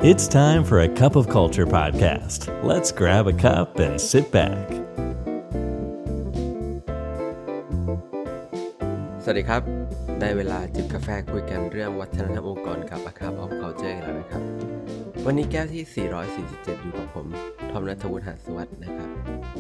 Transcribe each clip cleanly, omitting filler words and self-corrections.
It's time for a cup of culture podcast. Let's grab a cup and sit back. สวัสดีครับได้เวลาจิบกาแฟคุยกันเรื่องวัฒนธรรมองค์กรกับ A Cup of Culture แล้วนะครับวันนี้แก้วที่447อยู่กับผมทอมณัฐวุฒิ หาญสวัสดิ์นะครับ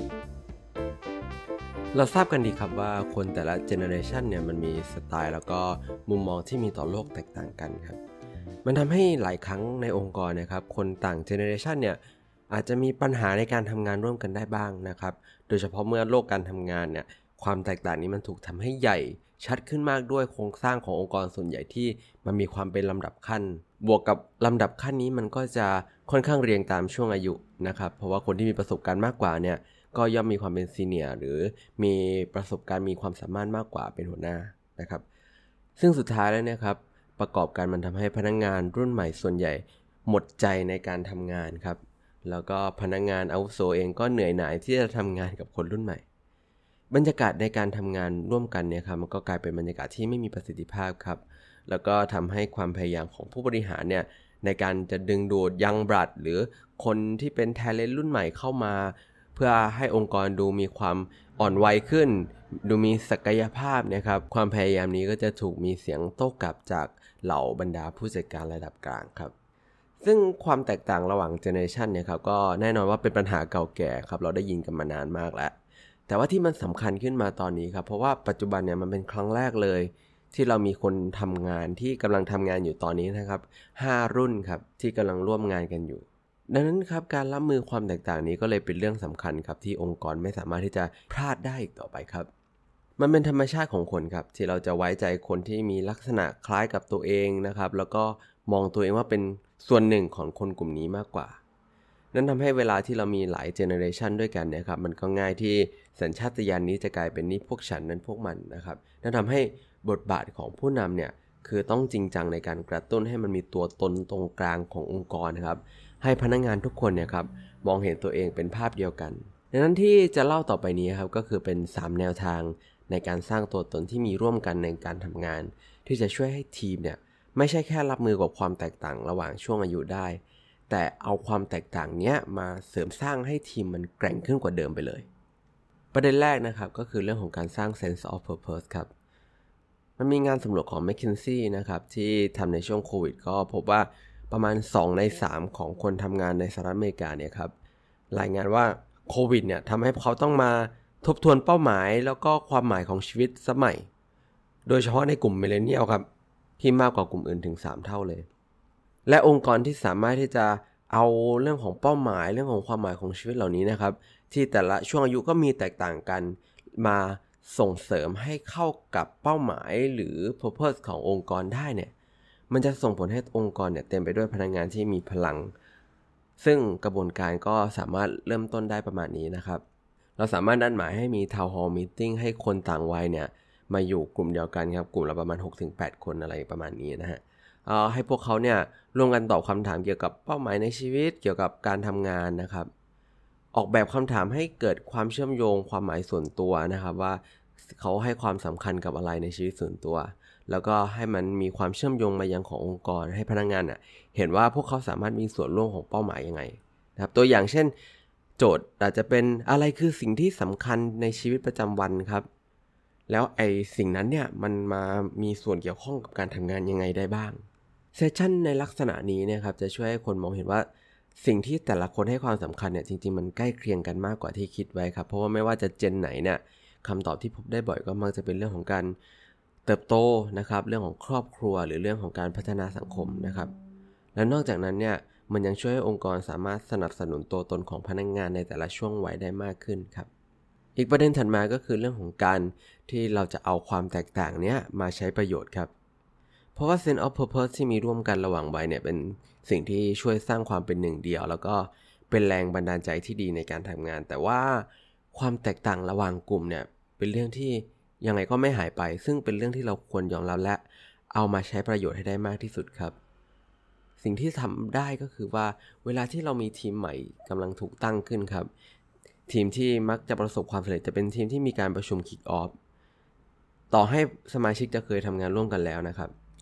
เราทราบกันดีครับว่าคนแต่ละเจเนอเรชันเนี่ยมันมีสไตล์แล้วก็มุมมองที่มีต่อโลกแตกต่างกันครับมันทำให้หลายครั้งในองค์กรนะครับคนต่างเจเนอเรชันเนี่ยอาจจะมีปัญหาในการทำงานร่วมกันได้บ้างนะครับโดยเฉพาะเมื่อโลกการทำงานเนี่ยความแตกต่างนี้มันถูกทำให้ใหญ่ชัดขึ้นมากด้วยโครงสร้างขององค์กรส่วนใหญ่ที่มันมีความเป็นลำดับขั้นบวกกับลำดับขั้นนี้มันก็จะค่อนข้างเรียงตามช่วงอายุนะครับเพราะว่าคนที่มีประสบการณ์มากกว่าเนี่ยก็ย่อมมีความเป็นซีเนียร์หรือมีประสบการณ์มีความสามารถมากกว่าเป็นหัวหน้านะครับซึ่งสุดท้ายแล้วเนี่ยครับประกอบกันมันทำให้พนักงานรุ่นใหม่ส่วนใหญ่หมดใจในการทำงานครับแล้วก็พนักงานอาวุโสเองก็เหนื่อยหน่ายที่จะทำงานกับคนรุ่นใหม่บรรยากาศในการทำงานร่วมกันเนี่ยครับมันก็กลายเป็นบรรยากาศที่ไม่มีประสิทธิภาพครับแล้วก็ทำให้ความพยายามของผู้บริหารเนี่ยในการจะดึงดูดยังบลัดหรือคนที่เป็นแทเลนต์รุ่นใหม่เข้ามาเพื่อให้องค์กรดูมีความอ่อนวัยขึ้นดูมีศักยภาพนะครับความพยายามนี้ก็จะถูกมีเสียงโต้กลับจากเหล่าบรรดาผู้จัดการระดับกลางครับซึ่งความแตกต่างระหว่างเจเนอเรชันเนี่ยครับก็แน่นอนว่าเป็นปัญหาเก่าแก่ครับเราได้ยินกันมานานมากแล้วแต่ว่าที่มันสำคัญขึ้นมาตอนนี้ครับเพราะว่าปัจจุบันเนี่ยมันเป็นครั้งแรกเลยที่เรามีคนทำงานที่กำลังทำงานอยู่ตอนนี้นะครับ5รุ่นครับที่กำลังร่วมงานกันอยู่ดังนั้นครับการรับมือความแตกต่างนี้ก็เลยเป็นเรื่องสำคัญครับที่องค์กรไม่สามารถที่จะพลาดได้อีกต่อไปครับมันเป็นธรรมชาติของคนครับที่เราจะไว้ใจคนที่มีลักษณะคล้ายกับตัวเองนะครับแล้วก็มองตัวเองว่าเป็นส่วนหนึ่งของคนกลุ่มนี้มากกว่านั่นทำให้เวลาที่เรามีหลายเจเนอเรชันด้วยกันเนี่ยครับมันก็ง่ายที่สัญชาตญาณนี้จะกลายเป็นนี่พวกฉันนั้นพวกมันนะครับนั่นทำให้บทบาทของผู้นำเนี่ยคือต้องจริงจังในการกระตุ้นให้มันมีตัวตนตรงกลางขององค์กรนะครับให้พนักงานทุกคนเนี่ยครับมองเห็นตัวเองเป็นภาพเดียวกันดังนั้นที่จะเล่าต่อไปนี้ครับก็คือเป็น3แนวทางในการสร้างตัวตนที่มีร่วมกันในการทำงานที่จะช่วยให้ทีมเนี่ยไม่ใช่แค่รับมือกับความแตกต่างระหว่างช่วงอายุได้แต่เอาความแตกต่างเนี้ยมาเสริมสร้างให้ทีมมันแกร่งขึ้นกว่าเดิมไปเลยประเด็นแรกนะครับก็คือเรื่องของการสร้าง sense of purpose ครับมันมีงานสำรวจของ McKinsey นะครับที่ทำในช่วงโควิดก็พบว่าประมาณ2ใน3ของคนทำงานในสหรัฐอเมริกาเนี่ยครับรายงานว่าโควิดเนี่ยทำให้เขาต้องมาทบทวนเป้าหมายแล้วก็ความหมายของชีวิตสมัยโดยเฉพาะในกลุ่มมิลเลนเนียลครับที่มากกว่ากลุ่มอื่นถึง3เท่าเลยและองค์กรที่สามารถที่จะเอาเรื่องของเป้าหมายเรื่องของความหมายของชีวิตเหล่านี้นะครับที่แต่ละช่วงอายุก็มีแตกต่างกันมาส่งเสริมให้เข้ากับเป้าหมายหรือ purpose ขององค์กรได้เนี่ยมันจะส่งผลให้องค์กรเนี่ยเต็มไปด้วยพนักงานที่มีพลังซึ่งกระบวนการก็สามารถเริ่มต้นได้ประมาณนี้นะครับเราสามารถนัดหมายให้มี Town Hall Meeting ให้คนต่างวัยเนี่ยมาอยู่กลุ่มเดียวกันครับกลุ่มละประมาณ 6-8 คนอะไรประมาณนี้นะฮะให้พวกเขาเนี่ยร่วมกันตอบคำถามเกี่ยวกับเป้าหมายในชีวิตเกี่ยวกับการทำงานนะครับออกแบบคำถามให้เกิดความเชื่อมโยงความหมายส่วนตัวนะครับว่าเขาให้ความสำคัญกับอะไรในชีวิตส่วนตัวแล้วก็ให้มันมีความเชื่อมโยงมายังขององค์กรให้พนักงานเห็นว่าพวกเขาสามารถมีส่วนร่วมของเป้าหมายยังไงนะครับตัวอย่างเช่นโจทย์อาจจะเป็นอะไรคือสิ่งที่สำคัญในชีวิตประจำวันครับแล้วไอ้สิ่งนั้นเนี่ยมันมามีส่วนเกี่ยวข้องกับการทำงานยังไงได้บ้างเซสชั่นในลักษณะนี้เนี่ยครับจะช่วยให้คนมองเห็นว่าสิ่งที่แต่ละคนให้ความสำคัญเนี่ยจริงๆมันใกล้เคียงกันมากกว่าที่คิดไว้ครับเพราะว่าไม่ว่าจะเจนไหนเนี่ยคำตอบที่พบได้บ่อยก็มักจะเป็นเรื่องของการเติบโตนะครับเรื่องของครอบครัวหรือเรื่องของการพัฒนาสังคมนะครับและนอกจากนั้นเนี่ยมันยังช่วยให้องค์กรสามารถสนับสนุนตัวตนของพนักงานในแต่ละช่วงวัยได้มากขึ้นครับอีกประเด็นถัดมาก็คือเรื่องของการที่เราจะเอาความแตกต่างเนี้ยมาใช้ประโยชน์ครับเพราะว่า sense of purpose ที่มีร่วมกันระหว่างวัยเนี่ยเป็นสิ่งที่ช่วยสร้างความเป็นหนึ่งเดียวแล้วก็เป็นแรงบันดาลใจที่ดีในการทำงานแต่ว่าความแตกต่างระหว่างกลุ่มเนี่ยเป็นเรื่องที่ยังไงก็ไม่หายไปซึ่งเป็นเรื่องที่เราควรยอมรับและเอามาใช้ประโยชน์ให้ได้มากที่สุดครับสิ่งที่ทำได้ก็คือว่าเวลาที่เรามีทีมใหม่กำลังถูกตั้งขึ้นครับทีมที่มักจะประสบความสำเร็จจะเป็นทีมที่มีการประชุม kick off ต่อให้สมาชิกจะเคยทำงานร่วมกันแล้วนะครับ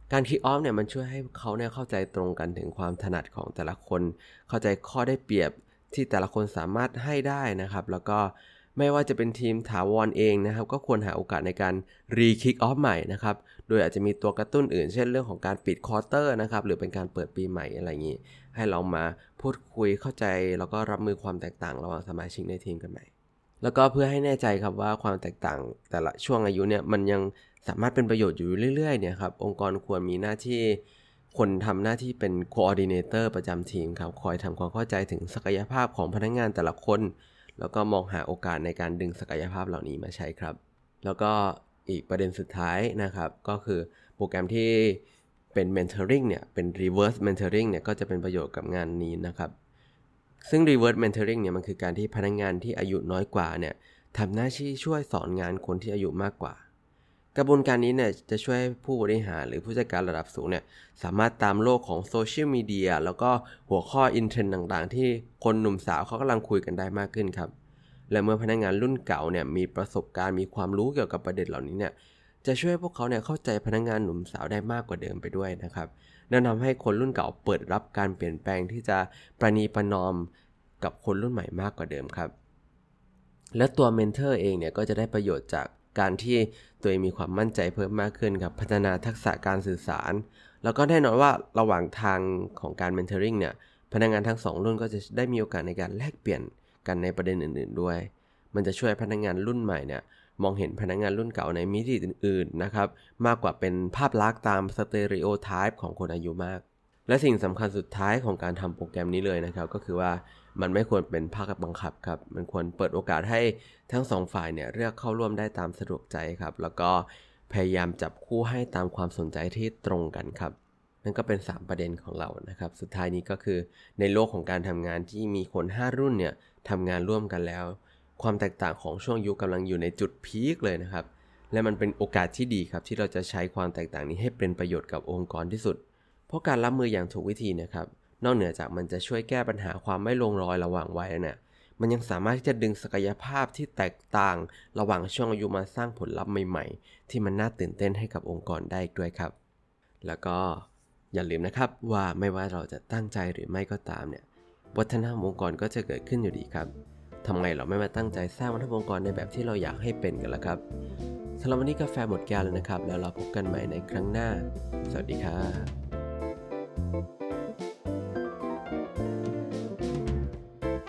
การคิกออฟเนี่ยมันช่วยให้เขาเนี่ยเข้าใจตรงกันถึงความถนัดของแต่ละคนเข้าใจข้อได้เปรียบที่แต่ละคนสามารถให้ได้นะครับแล้วก็ไม่ว่าจะเป็นทีมถาวรเองนะครับก็ควรหาโอกาสในการรีคิกออฟใหม่นะครับโดยอาจจะมีตัวกระตุ้นอื่นเช่นเรื่องของการปิดควอเตอร์นะครับหรือเป็นการเปิดปีใหม่อะไรอย่างนี้ให้เรามาพูดคุยเข้าใจแล้วก็รับมือความแตกต่างระหว่างสมาชิกในทีมกันใหม่แล้วก็เพื่อให้แน่ใจครับว่าความแตกต่างแต่ละช่วงอายุเนี่ยมันยังสามารถเป็นประโยชน์อยู่เรื่อยๆเนี่ยครับองค์กรควรมีหน้าที่คนทำหน้าที่เป็น coordinator ประจำทีมครับคอยทำความเข้าใจถึงศักยภาพของพนักงานแต่ละคนแล้วก็มองหาโอกาสในการดึงศักยภาพเหล่านี้มาใช้ครับแล้วก็อีกประเด็นสุดท้ายนะครับก็คือโปรแกรมที่เป็น mentoring เนี่ยเป็น reverse mentoring เนี่ยก็จะเป็นประโยชน์กับงานนี้นะครับซึ่ง reverse mentoring เนี่ยมันคือการที่พนักงานที่อายุน้อยกว่าเนี่ยทำหน้าที่ช่วยสอนงานคนที่อายุมากกว่ากระบวนการนี้เนี่ยจะช่วยผู้บริหารหรือผู้จัดการระดับสูงเนี่ยสามารถตามโลกของโซเชียลมีเดียแล้วก็หัวข้ออินเทรนด์ต่างๆที่คนหนุ่มสาวเขากำลังคุยกันได้มากขึ้นครับและเมื่อพนักงานรุ่นเก่าเนี่ยมีประสบการณ์มีความรู้เกี่ยวกับประเด็นเหล่านี้เนี่ยจะช่วยพวกเขาเนี่ยเข้าใจพนักงานหนุ่มสาวได้มากกว่าเดิมไปด้วยนะครับนั่นทำให้คนรุ่นเก่าเปิดรับการเปลี่ยนแปลงที่จะประนีประนอมกับคนรุ่นใหม่มากกว่าเดิมครับและตัวเมนเทอร์เองเนี่ยก็จะได้ประโยชน์จากการที่ตัวเองมีความมั่นใจเพิ่มมากขึ้นครับพัฒนาทักษะการสื่อสารแล้วก็แน่นอนว่าระหว่างทางของการเมนเทอริงเนี่ยพนักงานทั้ง2รุ่นก็จะได้มีโอกาสในการแลกเปลี่ยนกันในประเด็นอื่นๆด้วยมันจะช่วยพนักงานรุ่นใหม่เนี่ยมองเห็นพนักงานรุ่นเก่าในมิติอื่นๆนะครับมากกว่าเป็นภาพลักษณ์ตามสเตอริโอไทป์ของคนอายุมากและสิ่งสำคัญสุดท้ายของการทำโปรแกรมนี้เลยนะครับก็คือว่ามันไม่ควรเป็นภาคบังคับครับมันควรเปิดโอกาสให้ทั้ง2ฝ่ายเนี่ยเลือกเข้าร่วมได้ตามสะดวกใจครับแล้วก็พยายามจับคู่ให้ตามความสนใจที่ตรงกันครับนั่นก็เป็น3ประเด็นของเรานะครับสุดท้ายนี้ก็คือในโลกของการทำงานที่มีคน5รุ่นเนี่ยทำงานร่วมกันแล้วความแตกต่างของช่วงยุคกำลังอยู่ในจุดพีคเลยนะครับและมันเป็นโอกาสที่ดีครับที่เราจะใช้ความแตกต่างนี้ให้เป็นประโยชน์กับองค์กรที่สุดเพราะการรับมืออย่างถูกวิธีนะครับนอกเหนือจากมันจะช่วยแก้ปัญหาความไม่ลงรอยระหว่างวัยเนี่ยมันยังสามารถที่จะดึงศักยภาพที่แตกต่างระหว่างช่วงอายุมาสร้างผลลัพธ์ใหม่ๆที่มันน่าตื่นเต้นให้กับองค์กรได้ด้วยครับแล้วก็อย่าลืมนะครับว่าไม่ว่าเราจะตั้งใจหรือไม่ก็ตามเนี่ยวัฒนธรรมองค์กรก็จะเกิดขึ้นอยู่ดีครับทำไงเราไม่มาตั้งใจสร้างวัฒนธรรมองค์กรในแบบที่เราอยากให้เป็นกันล่ะครับสำหรับวันนี้กาแฟหมดแก้วแล้วนะครับแล้วเราพบกันใหม่ในครั้งหน้าสวัสดีครับ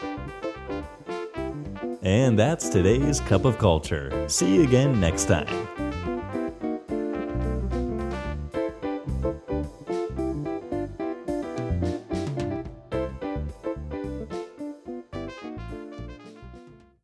And that's today's Cup of Culture. See you again next time.